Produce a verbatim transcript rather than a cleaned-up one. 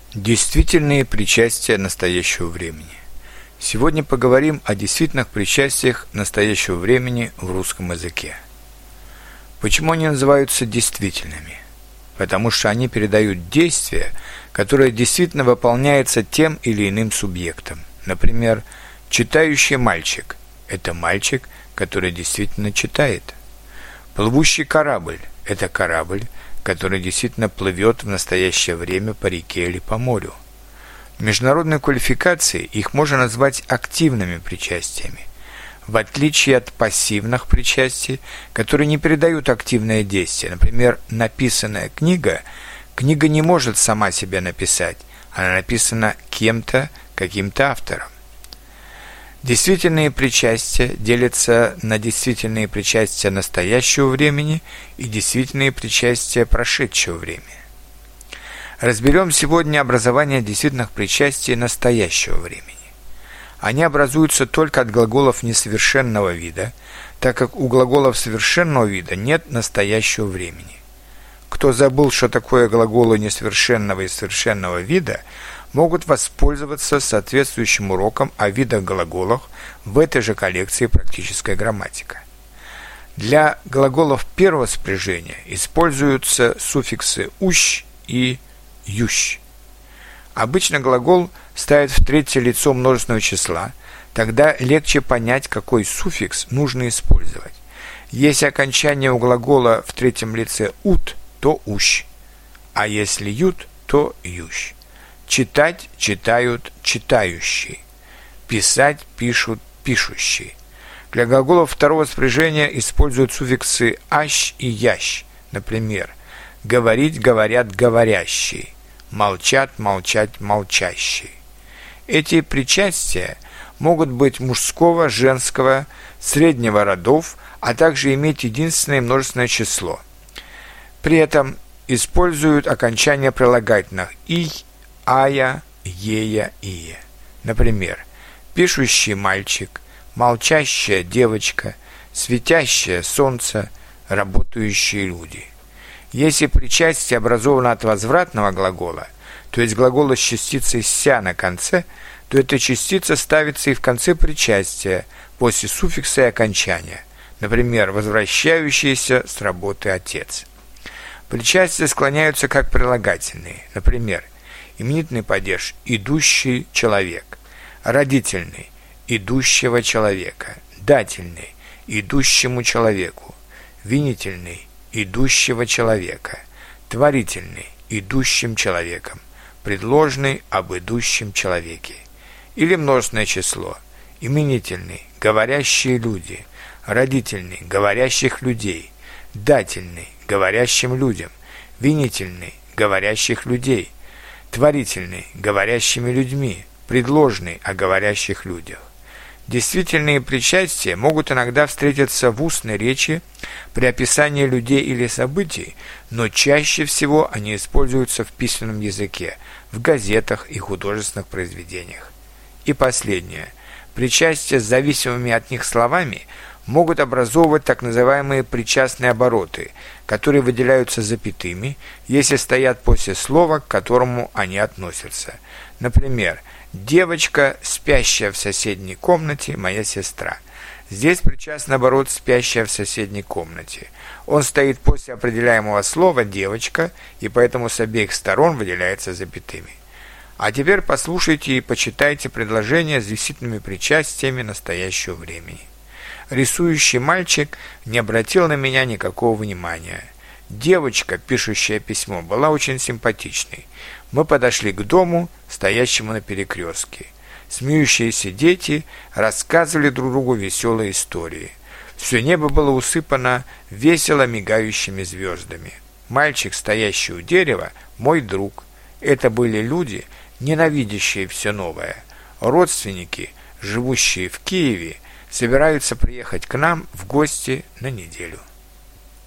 Действительные причастия настоящего времени. Сегодня поговорим о действительных причастиях настоящего времени в русском языке. Почему они называются действительными? Потому что они передают действие, которое действительно выполняется тем или иным субъектом. Например, читающий мальчик – это мальчик, который действительно читает. Плывущий корабль – это корабль, который действительно плывет в настоящее время по реке или по морю. В международной квалификации их можно назвать активными причастиями, в отличие от пассивных причастий, которые не передают активное действие. Например, написанная книга, книга не может сама себя написать, она написана кем-то, каким-то автором. Действительные причастия делятся на действительные причастия настоящего времени и действительные причастия прошедшего времени. Разберем сегодня образование действительных причастий настоящего времени. Они образуются только от глаголов несовершенного вида, так как у глаголов совершенного вида нет настоящего времени. Кто забыл, что такое глаголы несовершенного и совершенного вида, могут воспользоваться соответствующим уроком о видах глаголов в этой же коллекции «Практическая грамматика». Для глаголов первого спряжения используются суффиксы «ущ» и «ющ». Обычно глагол ставят в третье лицо множественного числа, тогда легче понять, какой суффикс нужно использовать. Если окончание у глагола в третьем лице «ут», то «ущ», а если «ют», то «ющ». Читать – читают, читающие. Писать – пишут, пишущие. Для глаголов второго спряжения используют суффиксы «ащ» и «ящ». Например, говорить – говорят, говорящие. Молчат – молчать, молчащие. Эти причастия могут быть мужского, женского, среднего родов, а также иметь единственное множественное число. При этом используют окончания прилагательных «ий», «ая», «ея», «ие». Например, пишущий мальчик, молчащая девочка, светящее солнце, работающие люди. Если причастие образовано от возвратного глагола, то есть глагола с частицей «ся» на конце, то эта частица ставится и в конце причастия, после суффикса и окончания. Например, возвращающийся с работы отец. Причастия склоняются как прилагательные. Например, именительный падеж «идущий человек», родительный «идущего человека», дательный «идущему человеку», винительный «идущего человека», творительный «идущим человеком», предложный «об идущем человеке». Или множественное число именительный «говорящие люди», родительный «говорящих людей», дательный «говорящим людям», винительный «говорящих людей», творительный – говорящими людьми, предложный – о говорящих людях. Действительные причастия могут иногда встретиться в устной речи при описании людей или событий, но чаще всего они используются в письменном языке, в газетах и художественных произведениях. И последнее. Причастия с зависимыми от них словами могут образовывать так называемые причастные обороты, которые выделяются запятыми, если стоят после слова, к которому они относятся. Например, «девочка, спящая в соседней комнате, моя сестра». Здесь причастный оборот «спящая в соседней комнате». Он стоит после определяемого слова «девочка», и поэтому с обеих сторон выделяется запятыми. А теперь послушайте и почитайте предложения с действительными причастиями настоящего времени. Рисующий мальчик не обратил на меня никакого внимания. Девочка, пишущая письмо, была очень симпатичной. Мы подошли к дому, стоящему на перекрестке. Смеющиеся дети рассказывали друг другу веселые истории. Все небо было усыпано весело мигающими звездами. Мальчик, стоящий у дерева, мой друг. Это были люди, ненавидящие все новое. Родственники, живущие в Киеве, собираются приехать к нам в гости на неделю.